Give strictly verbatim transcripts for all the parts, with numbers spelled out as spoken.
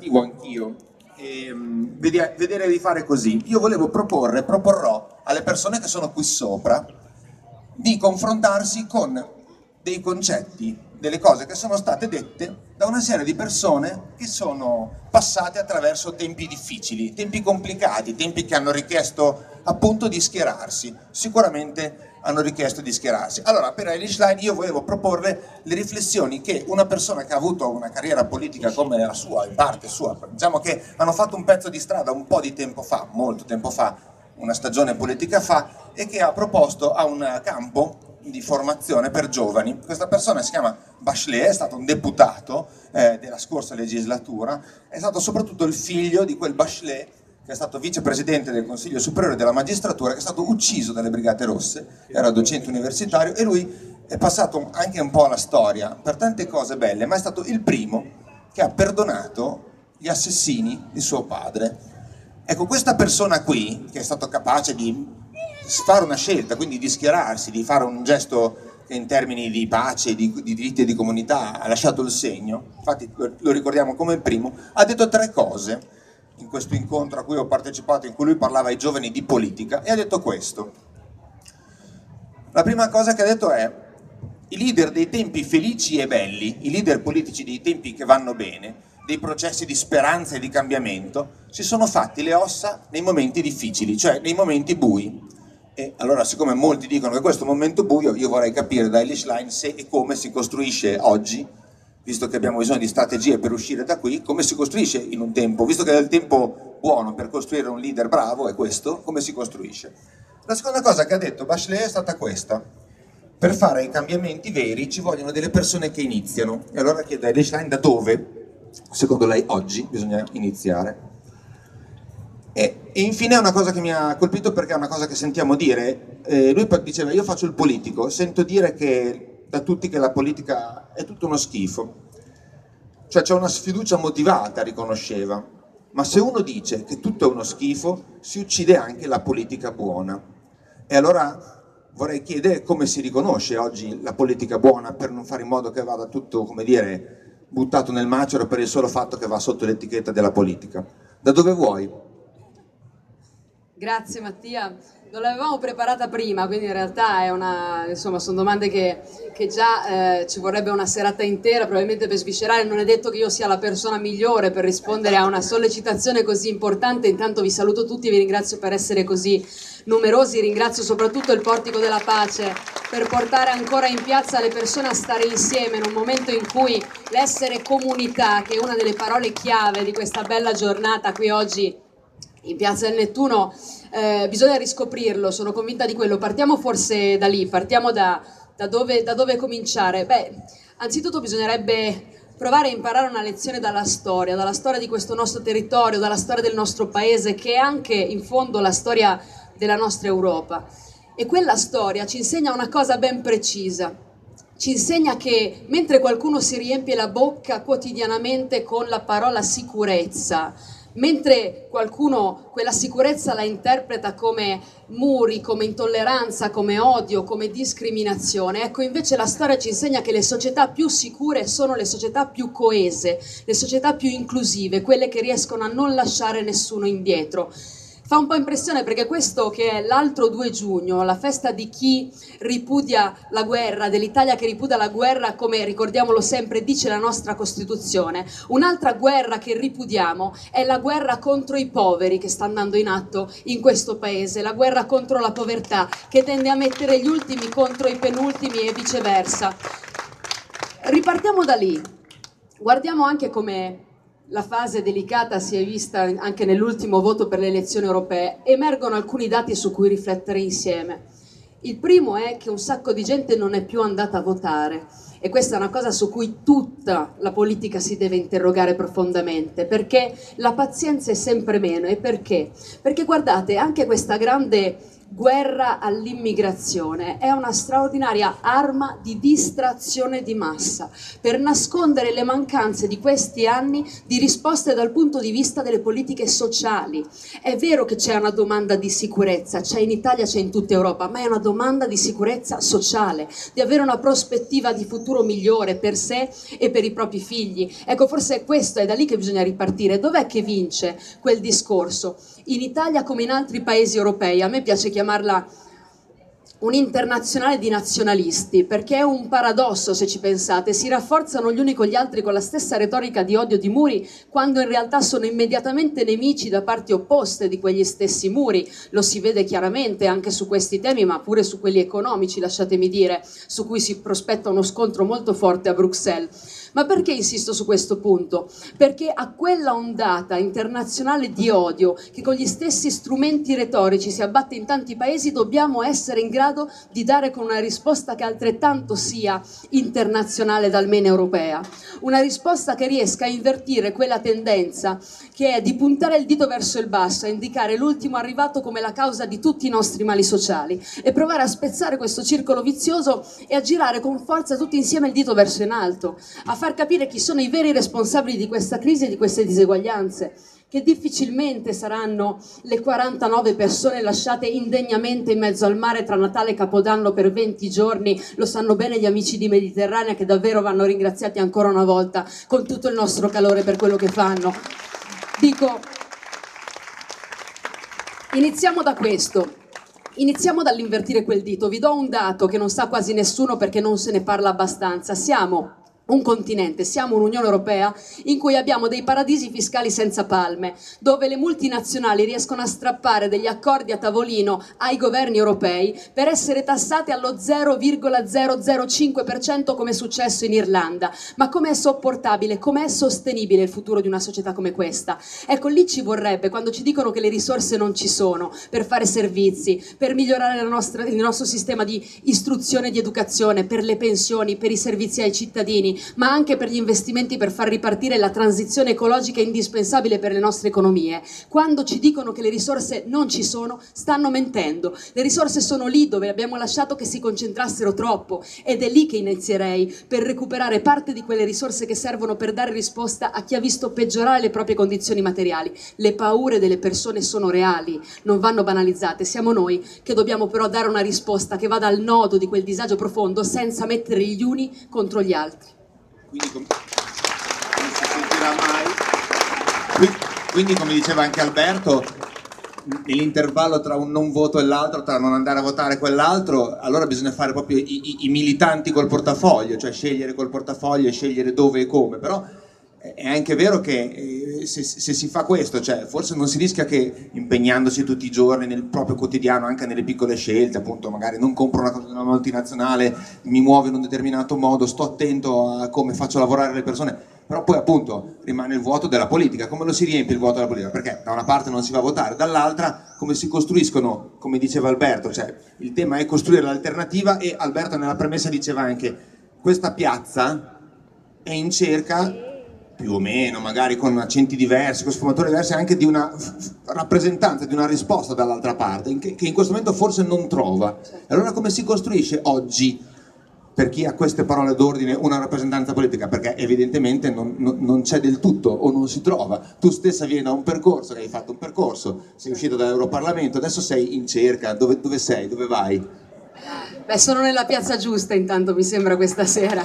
tentativo anch'io, ehm, vedi- vedere di fare così. Io volevo proporre, proporrò alle persone che sono qui sopra di confrontarsi con dei concetti, delle cose che sono state dette da una serie di persone che sono passate attraverso tempi difficili, tempi complicati, tempi che hanno richiesto appunto di schierarsi, sicuramente hanno richiesto di schierarsi. Allora, per Eilish Line io volevo proporre le riflessioni che una persona che ha avuto una carriera politica come la sua, in parte sua, diciamo che hanno fatto un pezzo di strada un po' di tempo fa, molto tempo fa, una stagione politica fa, e che ha proposto a un campo di formazione per giovani. Questa persona si chiama Bachelet, è stato un deputato eh, della scorsa legislatura, è stato soprattutto il figlio di quel Bachelet che è stato vicepresidente del Consiglio Superiore della Magistratura, che è stato ucciso dalle Brigate Rosse, era docente universitario, e lui è passato anche un po' alla storia per tante cose belle, ma è stato il primo che ha perdonato gli assassini di suo padre. Ecco, questa persona qui, che è stato capace di fare una scelta, quindi di schierarsi, di fare un gesto che in termini di pace, di, di diritti e di comunità ha lasciato il segno, infatti lo, lo ricordiamo come il primo, ha detto tre cose in questo incontro a cui ho partecipato, in cui lui parlava ai giovani di politica, e ha detto questo. La prima cosa che ha detto è: i leader dei tempi felici e belli, i leader politici dei tempi che vanno bene, dei processi di speranza e di cambiamento, si sono fatti le ossa nei momenti difficili, cioè nei momenti bui. E allora, siccome molti dicono che questo è un momento buio, io vorrei capire da Eilish Line se e come si costruisce oggi, visto che abbiamo bisogno di strategie per uscire da qui, come si costruisce in un tempo, visto che è il tempo buono per costruire un leader bravo, è questo, come si costruisce. La seconda cosa che ha detto Bachelet è stata questa: per fare i cambiamenti veri ci vogliono delle persone che iniziano. E allora chiedo a Eilish Line da dove, secondo lei, oggi bisogna iniziare. E, e infine è una cosa che mi ha colpito, perché è una cosa che sentiamo dire, eh, lui diceva: io faccio il politico, sento dire che da tutti che la politica è tutto uno schifo, cioè c'è una sfiducia motivata, riconosceva, ma se uno dice che tutto è uno schifo si uccide anche la politica buona. E allora vorrei chiedere come si riconosce oggi la politica buona, per non fare in modo che vada tutto, come dire, buttato nel macero per il solo fatto che va sotto l'etichetta della politica. Da dove vuoi? Grazie Mattia, non l'avevamo preparata prima, quindi in realtà è una, insomma, sono domande che, che già eh, ci vorrebbe una serata intera probabilmente per sviscerare. Non è detto che io sia la persona migliore per rispondere a una sollecitazione così importante. Intanto vi saluto tutti, vi ringrazio per essere così numerosi, ringrazio soprattutto il Portico della Pace per portare ancora in piazza le persone a stare insieme in un momento in cui l'essere comunità, che è una delle parole chiave di questa bella giornata qui oggi in Piazza del Nettuno, eh, bisogna riscoprirlo, sono convinta di quello. Partiamo forse da lì, partiamo da, da, dove, da dove cominciare. Beh, anzitutto bisognerebbe provare a imparare una lezione dalla storia, dalla storia di questo nostro territorio, dalla storia del nostro paese, che è anche in fondo la storia della nostra Europa. E quella storia ci insegna una cosa ben precisa. Ci insegna che mentre qualcuno si riempie la bocca quotidianamente con la parola sicurezza, mentre qualcuno quella sicurezza la interpreta come muri, come intolleranza, come odio, come discriminazione, ecco, invece la storia ci insegna che le società più sicure sono le società più coese, le società più inclusive, quelle che riescono a non lasciare nessuno indietro. Fa un po' impressione perché questo, che è l'altro due giugno, la festa di chi ripudia la guerra, dell'Italia che ripudia la guerra, come ricordiamolo sempre dice la nostra Costituzione, un'altra guerra che ripudiamo è la guerra contro i poveri che sta andando in atto in questo paese, la guerra contro la povertà che tende a mettere gli ultimi contro i penultimi e viceversa. Ripartiamo da lì, guardiamo anche come la fase delicata si è vista anche nell'ultimo voto per le elezioni europee. Emergono alcuni dati su cui riflettere insieme. Il primo è che un sacco di gente non è più andata a votare, e questa è una cosa su cui tutta la politica si deve interrogare profondamente, perché la pazienza è sempre meno. E perché? Perché guardate, anche questa grande guerra all'immigrazione è una straordinaria arma di distrazione di massa per nascondere le mancanze di questi anni di risposte dal punto di vista delle politiche sociali. È vero che c'è una domanda di sicurezza, c'è in Italia, c'è in tutta Europa, ma è una domanda di sicurezza sociale, di avere una prospettiva di futuro migliore per sé e per i propri figli. Ecco, forse è questo, è da lì che bisogna ripartire. Dov'è che vince quel discorso? In Italia come in altri paesi europei, a me piace chiamarla un'internazionale di nazionalisti, perché è un paradosso se ci pensate, si rafforzano gli uni con gli altri con la stessa retorica di odio di muri, quando in realtà sono immediatamente nemici da parti opposte di quegli stessi muri. Lo si vede chiaramente anche su questi temi, ma pure su quelli economici, lasciatemi dire, su cui si prospetta uno scontro molto forte a Bruxelles. Ma perché insisto su questo punto? Perché a quella ondata internazionale di odio che con gli stessi strumenti retorici si abbatte in tanti paesi dobbiamo essere in grado di dare con una risposta che altrettanto sia internazionale ed almeno europea. Una risposta che riesca a invertire quella tendenza che è di puntare il dito verso il basso, a indicare l'ultimo arrivato come la causa di tutti i nostri mali sociali e provare a spezzare questo circolo vizioso e a girare con forza tutti insieme il dito verso in alto, a far capire chi sono i veri responsabili di questa crisi e di queste diseguaglianze, che difficilmente saranno le quarantanove persone lasciate indegnamente in mezzo al mare tra Natale e Capodanno per venti giorni, lo sanno bene gli amici di Mediterranea, che davvero vanno ringraziati ancora una volta con tutto il nostro calore per quello che fanno. Dico, iniziamo da questo. Iniziamo dall'invertire quel dito. Vi do un dato che non sa quasi nessuno perché non se ne parla abbastanza. Siamo un continente, siamo un'Unione Europea in cui abbiamo dei paradisi fiscali senza palme, dove le multinazionali riescono a strappare degli accordi a tavolino ai governi europei per essere tassate allo zero virgola zero zero cinque per cento come è successo in Irlanda. Ma com'è sopportabile, com'è sostenibile il futuro di una società come questa? Ecco, lì ci vorrebbe, quando ci dicono che le risorse non ci sono per fare servizi, per migliorare la nostra, il nostro sistema di istruzione e di educazione, per le pensioni, per i servizi ai cittadini, ma anche per gli investimenti per far ripartire la transizione ecologica indispensabile per le nostre economie. Quando ci dicono che le risorse non ci sono, stanno mentendo. Le risorse sono lì dove abbiamo lasciato che si concentrassero troppo, ed è lì che inizierei per recuperare parte di quelle risorse che servono per dare risposta a chi ha visto peggiorare le proprie condizioni materiali. Le paure delle persone sono reali, non vanno banalizzate. Siamo noi che dobbiamo però dare una risposta che vada al nodo di quel disagio profondo senza mettere gli uni contro gli altri. Quindi, com- non si sentirà mai. Quindi, quindi, come diceva anche Alberto, nell'intervallo tra un non voto e l'altro, tra non andare a votare quell'altro, allora bisogna fare proprio i, i, i militanti col portafoglio, cioè scegliere col portafoglio e scegliere dove e come. Però è anche vero che eh, se, se si fa questo, cioè forse non si rischia che impegnandosi tutti i giorni nel proprio quotidiano, anche nelle piccole scelte, appunto magari non compro una, una multinazionale, mi muovo in un determinato modo, sto attento a come faccio lavorare le persone, però poi appunto rimane il vuoto della politica. Come lo si riempie il vuoto della politica? Perché da una parte non si va a votare, dall'altra come si costruiscono, come diceva Alberto, cioè il tema è costruire l'alternativa, e Alberto nella premessa diceva anche questa piazza è in cerca, più o meno, magari con accenti diversi, con sfumature diverse, anche di una rappresentanza, di una risposta dall'altra parte, che in questo momento forse non trova. Allora come si costruisce oggi, per chi ha queste parole d'ordine, una rappresentanza politica? Perché evidentemente non, non, non c'è del tutto, o non si trova. Tu stessa vieni da un percorso, che hai fatto un percorso, sei uscito dall'Europarlamento, adesso sei in cerca. Dove, dove sei? Dove vai? Beh, sono nella piazza giusta intanto, mi sembra, questa sera.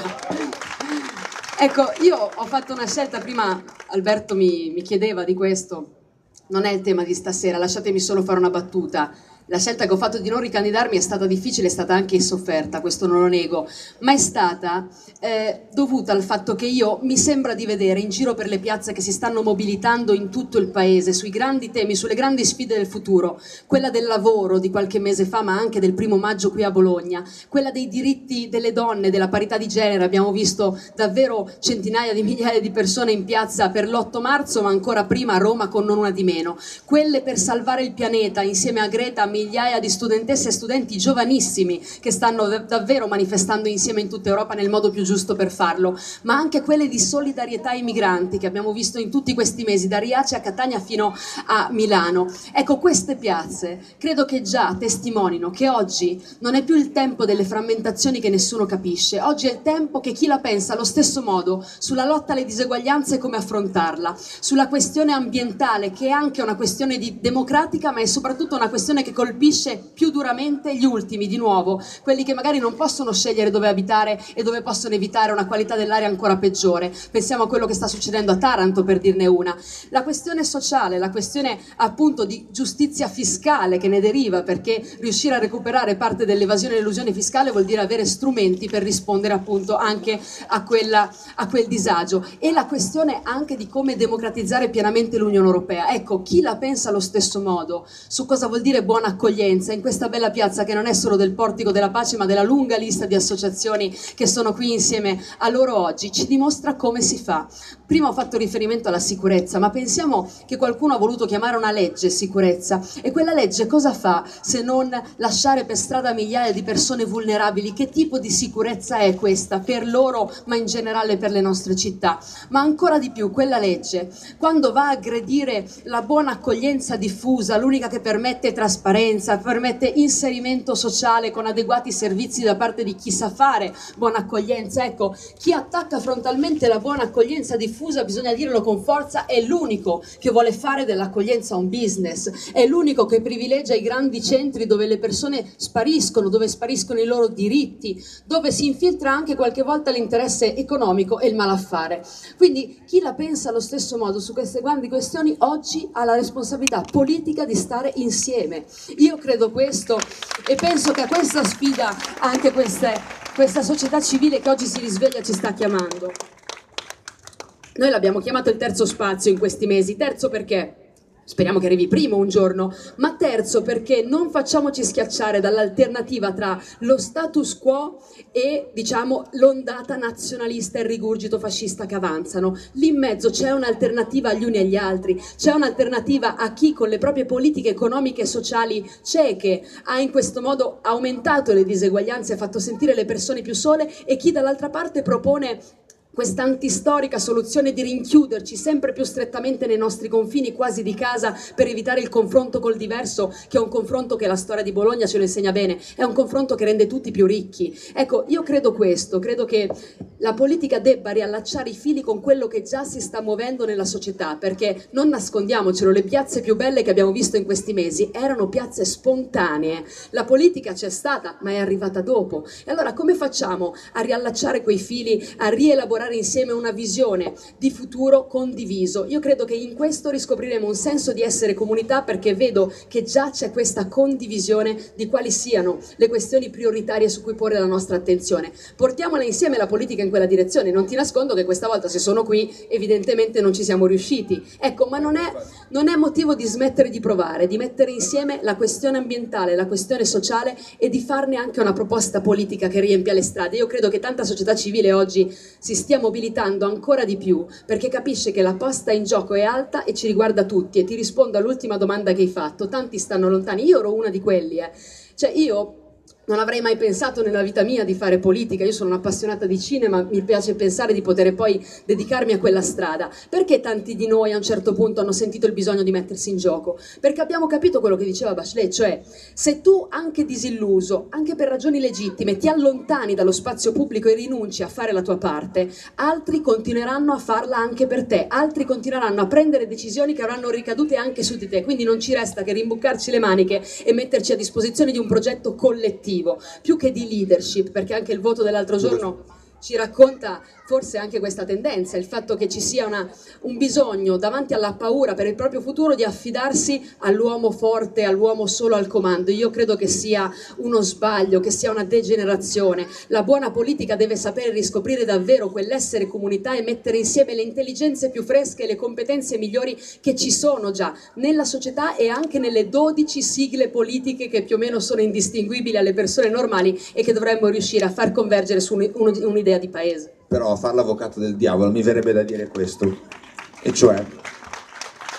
Ecco, io ho fatto una scelta, prima Alberto mi, mi chiedeva di questo, non è il tema di stasera, lasciatemi solo fare una battuta. La scelta che ho fatto di non ricandidarmi è stata difficile, è stata anche insofferta, questo non lo nego, ma è stata eh, dovuta al fatto che io mi sembra di vedere in giro per le piazze che si stanno mobilitando in tutto il paese sui grandi temi, sulle grandi sfide del futuro, quella del lavoro di qualche mese fa, ma anche del primo maggio qui a Bologna, quella dei diritti delle donne, della parità di genere. Abbiamo visto davvero centinaia di migliaia di persone in piazza per l'otto marzo, ma ancora prima a Roma con Non Una di Meno, quelle per salvare il pianeta insieme a Greta, migliaia di studentesse e studenti giovanissimi che stanno davvero manifestando insieme in tutta Europa nel modo più giusto per farlo, ma anche quelle di solidarietà ai migranti che abbiamo visto in tutti questi mesi, da Riace a Catania fino a Milano. Ecco, queste piazze credo che già testimonino che oggi non è più il tempo delle frammentazioni che nessuno capisce, oggi è il tempo che chi la pensa allo stesso modo sulla lotta alle diseguaglianze e come affrontarla, sulla questione ambientale che è anche una questione di democratica, ma è soprattutto una questione che colpisce più duramente gli ultimi, di nuovo, quelli che magari non possono scegliere dove abitare e dove possono evitare una qualità dell'aria ancora peggiore. Pensiamo a quello che sta succedendo a Taranto, per dirne una. La questione sociale, la questione appunto di giustizia fiscale che ne deriva, perché riuscire a recuperare parte dell'evasione e l'elusione fiscale vuol dire avere strumenti per rispondere appunto anche a, quella, a quel disagio, e la questione anche di come democratizzare pienamente l'Unione Europea. Ecco, chi la pensa allo stesso modo su cosa vuol dire buona accoglienza in questa bella piazza che non è solo del Portico della Pace ma della lunga lista di associazioni che sono qui insieme a loro oggi, ci dimostra come si fa. Prima ho fatto riferimento alla sicurezza, ma pensiamo che qualcuno ha voluto chiamare una legge sicurezza, e quella legge cosa fa se non lasciare per strada migliaia di persone vulnerabili? Che tipo di sicurezza è questa per loro, ma in generale per le nostre città? Ma ancora di più, quella legge, quando va a aggredire la buona accoglienza diffusa, l'unica che permette trasparenza, permette inserimento sociale con adeguati servizi da parte di chi sa fare buona accoglienza, ecco, chi attacca frontalmente la buona accoglienza diffusa, bisogna dirlo con forza, è l'unico che vuole fare dell'accoglienza un business, è l'unico che privilegia i grandi centri dove le persone spariscono, dove spariscono i loro diritti, dove si infiltra anche qualche volta l'interesse economico e il malaffare. Quindi chi la pensa allo stesso modo su queste grandi questioni oggi ha la responsabilità politica di stare insieme. Io credo questo e penso che a questa sfida anche queste, questa società civile che oggi si risveglia ci sta chiamando. Noi l'abbiamo chiamato il terzo spazio in questi mesi. Terzo perché? Speriamo che arrivi primo un giorno, ma terzo perché non facciamoci schiacciare dall'alternativa tra lo status quo e, diciamo, l'ondata nazionalista e rigurgito fascista che avanzano. Lì in mezzo c'è un'alternativa agli uni e agli altri, c'è un'alternativa a chi con le proprie politiche economiche e sociali cieche ha in questo modo aumentato le diseguaglianze e fatto sentire le persone più sole, e chi dall'altra parte propone questa antistorica soluzione di rinchiuderci sempre più strettamente nei nostri confini, quasi di casa, per evitare il confronto col diverso, che è un confronto che la storia di Bologna ce lo insegna bene, è un confronto che rende tutti più ricchi. Ecco, io credo questo, credo che la politica debba riallacciare i fili con quello che già si sta muovendo nella società, perché non nascondiamocelo, le piazze più belle che abbiamo visto in questi mesi erano piazze spontanee. La politica c'è stata, ma è arrivata dopo. E allora come facciamo a riallacciare quei fili, a rielaborare insieme una visione di futuro condiviso? Io credo che in questo riscopriremo un senso di essere comunità, perché vedo che già c'è questa condivisione di quali siano le questioni prioritarie su cui porre la nostra attenzione. Portiamola insieme la politica in quella direzione. Non ti nascondo che questa volta, se sono qui, evidentemente non ci siamo riusciti. Ecco, ma non è, non è motivo di smettere di provare, di mettere insieme la questione ambientale, la questione sociale, e di farne anche una proposta politica che riempia le strade. Io credo che tanta società civile oggi si stia mobilitando ancora di più, perché capisce che la posta in gioco è alta e ci riguarda tutti. E ti rispondo all'ultima domanda che hai fatto: tanti stanno lontani. Io ero una di quelli, eh. Cioè io non avrei mai pensato nella vita mia di fare politica. Io sono un'appassionata di cinema, mi piace pensare di poter poi dedicarmi a quella strada. Perché tanti di noi a un certo punto hanno sentito il bisogno di mettersi in gioco? Perché abbiamo capito quello che diceva Bachelet, cioè se tu, anche disilluso, anche per ragioni legittime, ti allontani dallo spazio pubblico e rinunci a fare la tua parte, altri continueranno a farla anche per te, altri continueranno a prendere decisioni che avranno ricadute anche su di te. Quindi non ci resta che rimboccarci le maniche e metterci a disposizione di un progetto collettivo, più che di leadership, perché anche il voto dell'altro giorno ci racconta forse anche questa tendenza, il fatto che ci sia una, un bisogno davanti alla paura per il proprio futuro di affidarsi all'uomo forte, all'uomo solo al comando. Io credo che sia uno sbaglio, che sia una degenerazione. La buona politica deve sapere riscoprire davvero quell'essere comunità e mettere insieme le intelligenze più fresche e le competenze migliori che ci sono già nella società e anche nelle dodici sigle politiche che più o meno sono indistinguibili alle persone normali e che dovremmo riuscire a far convergere su un'idea di paese. Però a fare l'avvocato del diavolo mi verrebbe da dire questo, e cioè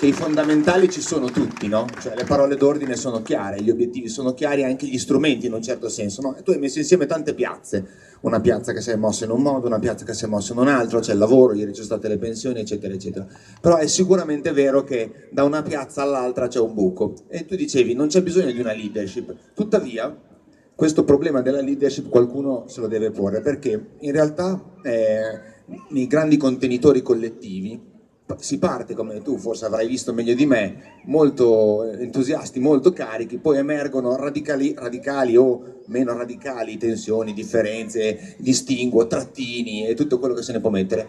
che i fondamentali ci sono tutti, no? Cioè le parole d'ordine sono chiare, gli obiettivi sono chiari, anche gli strumenti in un certo senso, no? E tu hai messo insieme tante piazze, una piazza che si è mossa in un modo, una piazza che si è mossa in un altro, c'è il lavoro, ieri ci sono state le pensioni, eccetera, eccetera. Però è sicuramente vero che da una piazza all'altra c'è un buco. E tu dicevi, non c'è bisogno di una leadership. Tuttavia, questo problema della leadership qualcuno se lo deve porre, perché in realtà eh, nei grandi contenitori collettivi si parte, come tu forse avrai visto meglio di me, molto entusiasti, molto carichi, poi emergono radicali, radicali o meno radicali, tensioni, differenze, distinguo, trattini e tutto quello che se ne può mettere.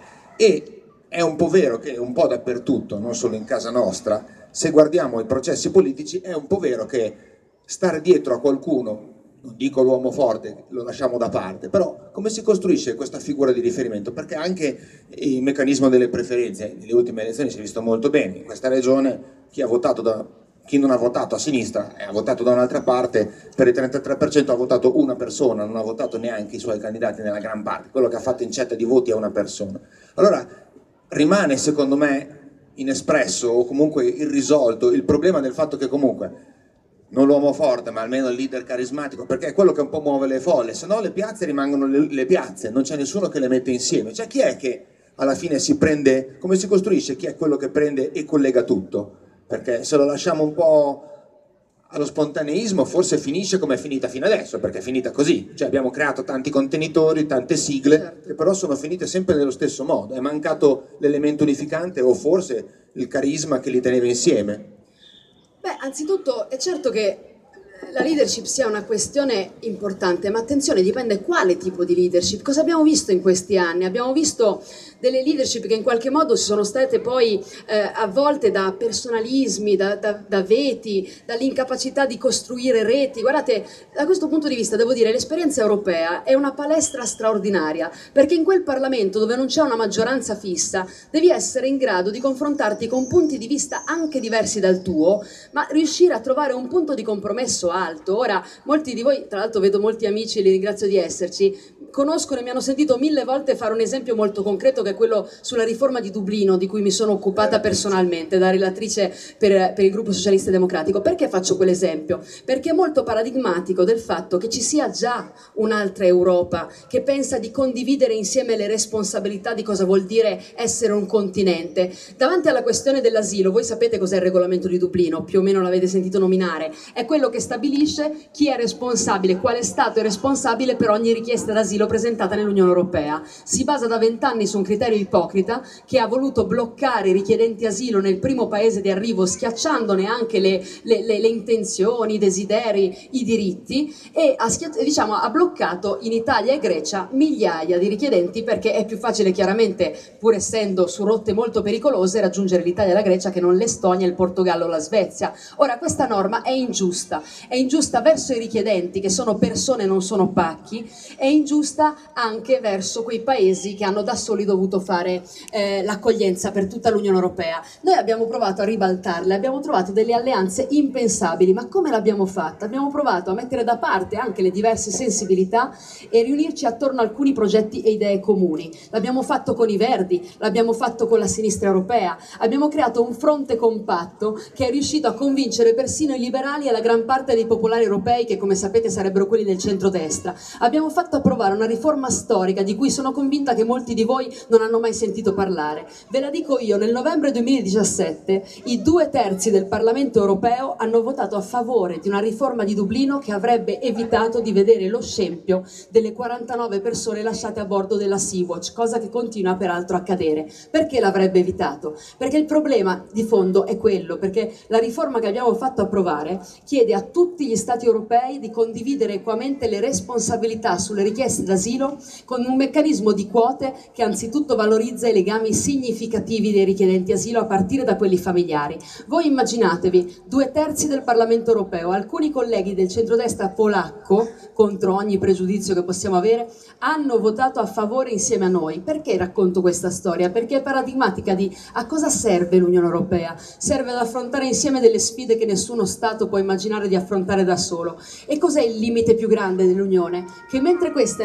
E è un po' vero che un po' dappertutto, non solo in casa nostra, se guardiamo i processi politici, è un po' vero che stare dietro a qualcuno, non dico l'uomo forte, lo lasciamo da parte, però come si costruisce questa figura di riferimento? Perché anche il meccanismo delle preferenze, nelle ultime elezioni si è visto molto bene, in questa regione chi ha votato da, chi non ha votato a sinistra e ha votato da un'altra parte, per il trentatré per cento ha votato una persona, non ha votato neanche i suoi candidati nella gran parte, quello che ha fatto incetta di voti è una persona. Allora rimane secondo me inespresso o comunque irrisolto il problema del fatto che comunque non l'uomo forte, ma almeno il leader carismatico, perché è quello che un po' muove le folle, se no le piazze rimangono le, le piazze, non c'è nessuno che le mette insieme. Cioè chi è che alla fine si prende, come si costruisce, chi è quello che prende e collega tutto? Perché se lo lasciamo un po' allo spontaneismo forse finisce come è finita fino adesso, perché è finita così, cioè abbiamo creato tanti contenitori, tante sigle, certo, che però sono finite sempre nello stesso modo, è mancato l'elemento unificante o forse il carisma che li teneva insieme. Beh, anzitutto è certo che la leadership sia una questione importante, ma attenzione, dipende quale tipo di leadership. Cosa abbiamo visto in questi anni? Abbiamo visto delle leadership che in qualche modo si sono state poi eh, avvolte da personalismi, da, da, da veti, dall'incapacità di costruire reti. Guardate, da questo punto di vista devo dire l'esperienza europea è una palestra straordinaria, perché in quel Parlamento dove non c'è una maggioranza fissa devi essere in grado di confrontarti con punti di vista anche diversi dal tuo, ma riuscire a trovare un punto di compromesso alto. Ora, molti di voi, tra l'altro vedo molti amici, li ringrazio di esserci, conoscono e mi hanno sentito mille volte fare un esempio molto concreto che è quello sulla riforma di Dublino, di cui mi sono occupata personalmente da relatrice per, per il gruppo socialista e democratico. Perché faccio quell'esempio? Perché è molto paradigmatico del fatto che ci sia già un'altra Europa che pensa di condividere insieme le responsabilità di cosa vuol dire essere un continente. Davanti alla questione dell'asilo, voi sapete cos'è il regolamento di Dublino, più o meno l'avete sentito nominare, è quello che stabilisce chi è responsabile, quale Stato è responsabile per ogni richiesta d'asilo presentata nell'Unione Europea. Si basa da vent'anni su un criterio ipocrita che ha voluto bloccare i richiedenti asilo nel primo paese di arrivo, schiacciandone anche le, le, le, le intenzioni, i desideri, i diritti, e ha, diciamo, ha bloccato in Italia e Grecia migliaia di richiedenti, perché è più facile chiaramente, pur essendo su rotte molto pericolose, raggiungere l'Italia e la Grecia che non l'Estonia, il Portogallo o la Svezia. Ora, questa norma è ingiusta, è ingiusta verso i richiedenti che sono persone, non sono pacchi, è ingiusta anche verso quei paesi che hanno da soli dovuto fare eh, l'accoglienza per tutta l'Unione Europea. Noi abbiamo provato a ribaltarle, abbiamo trovato delle alleanze impensabili, ma come l'abbiamo fatta? Abbiamo provato a mettere da parte anche le diverse sensibilità e riunirci attorno a alcuni progetti e idee comuni. L'abbiamo fatto con i Verdi, l'abbiamo fatto con la sinistra europea, abbiamo creato un fronte compatto che è riuscito a convincere persino i liberali e la gran parte dei popolari europei, che come sapete sarebbero quelli del centrodestra. Abbiamo fatto approvare una riforma storica di cui sono convinta che molti di voi non hanno mai sentito parlare. Ve la dico io, nel novembre duemiladiciassette i due terzi del Parlamento europeo hanno votato a favore di una riforma di Dublino che avrebbe evitato di vedere lo scempio delle quarantanove persone lasciate a bordo della Sea-Watch, cosa che continua peraltro a accadere. Perché l'avrebbe evitato? Perché il problema di fondo è quello, perché la riforma che abbiamo fatto approvare chiede a tutti gli Stati europei di condividere equamente le responsabilità sulle richieste d'asilo con un meccanismo di quote che anzitutto valorizza i legami significativi dei richiedenti asilo a partire da quelli familiari. Voi immaginatevi due terzi del Parlamento europeo, alcuni colleghi del centrodestra polacco, contro ogni pregiudizio che possiamo avere, hanno votato a favore insieme a noi. Perché racconto questa storia? Perché è paradigmatica di a cosa serve l'Unione Europea. Serve ad affrontare insieme delle sfide che nessuno Stato può immaginare di affrontare da solo. E cos'è il limite più grande dell'Unione? Che mentre questa è la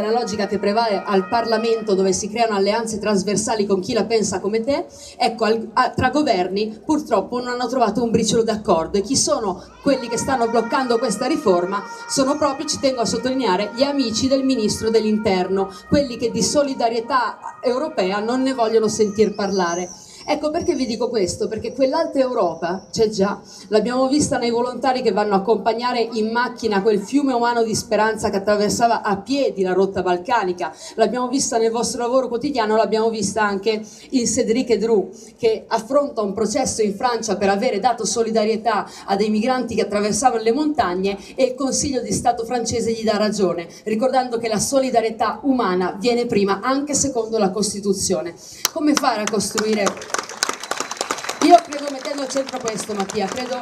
la logica che prevale al Parlamento, dove si creano alleanze trasversali con chi la pensa come te, ecco, al, a, tra governi purtroppo non hanno trovato un briciolo d'accordo. E chi sono quelli che stanno bloccando questa riforma? Sono proprio, ci tengo a sottolineare, gli amici del Ministro dell'Interno, quelli che di solidarietà europea non ne vogliono sentir parlare. Ecco perché vi dico questo, perché quell'altra Europa c'è già, l'abbiamo vista nei volontari che vanno a accompagnare in macchina quel fiume umano di speranza che attraversava a piedi la rotta balcanica, l'abbiamo vista nel vostro lavoro quotidiano, l'abbiamo vista anche in Cédric Edrou, che affronta un processo in Francia per avere dato solidarietà a dei migranti che attraversavano le montagne, e il Consiglio di Stato francese gli dà ragione, ricordando che la solidarietà umana viene prima anche secondo la Costituzione. Come fare a costruire... Io credo, mettendo al centro questo, Mattia, credo,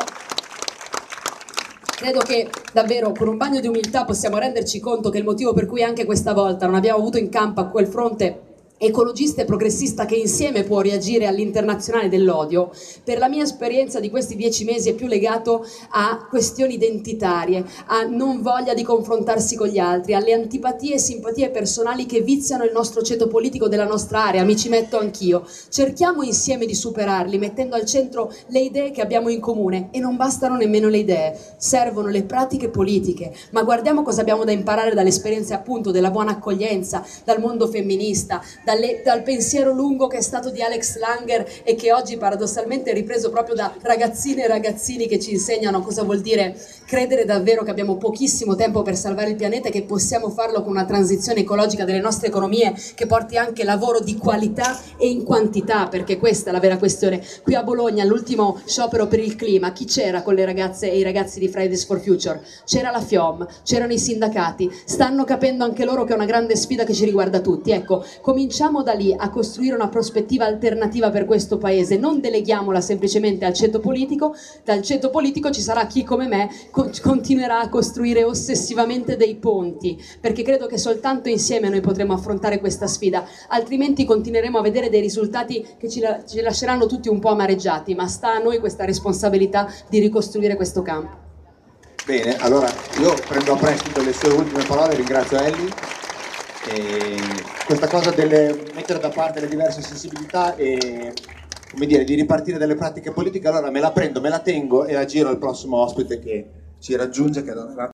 credo che davvero con un bagno di umiltà possiamo renderci conto che il motivo per cui anche questa volta non abbiamo avuto in campo a quel fronte ecologista e progressista che insieme può reagire all'internazionale dell'odio, per la mia esperienza di questi dieci mesi è più legato a questioni identitarie, a non voglia di confrontarsi con gli altri, alle antipatie e simpatie personali che viziano il nostro ceto politico della nostra area. Mi ci metto anch'io. Cerchiamo insieme di superarli, mettendo al centro le idee che abbiamo in comune, e non bastano nemmeno le idee, servono le pratiche politiche. Ma guardiamo cosa abbiamo da imparare dalle esperienze appunto della buona accoglienza, dal mondo femminista, Dalle, dal pensiero lungo che è stato di Alex Langer e che oggi paradossalmente è ripreso proprio da ragazzine e ragazzini che ci insegnano cosa vuol dire credere davvero che abbiamo pochissimo tempo per salvare il pianeta e che possiamo farlo con una transizione ecologica delle nostre economie che porti anche lavoro di qualità e in quantità, perché questa è la vera questione. Qui a Bologna, all'ultimo sciopero per il clima, chi c'era con le ragazze e i ragazzi di Fridays for Future? C'era la FIOM, c'erano i sindacati, stanno capendo anche loro che è una grande sfida che ci riguarda tutti. Ecco, cominciamo Cominciamo da lì a costruire una prospettiva alternativa per questo paese, non deleghiamola semplicemente al ceto politico. Dal ceto politico ci sarà chi come me co- continuerà a costruire ossessivamente dei ponti, perché credo che soltanto insieme noi potremo affrontare questa sfida, altrimenti continueremo a vedere dei risultati che ci, la- ci lasceranno tutti un po' amareggiati, ma sta a noi questa responsabilità di ricostruire questo campo. Bene, allora io prendo a prestito le sue ultime parole, ringrazio Ellie. E questa cosa del mettere da parte le diverse sensibilità e, come dire, di ripartire dalle pratiche politiche, allora me la prendo, me la tengo e la giro al prossimo ospite che ci raggiunge, che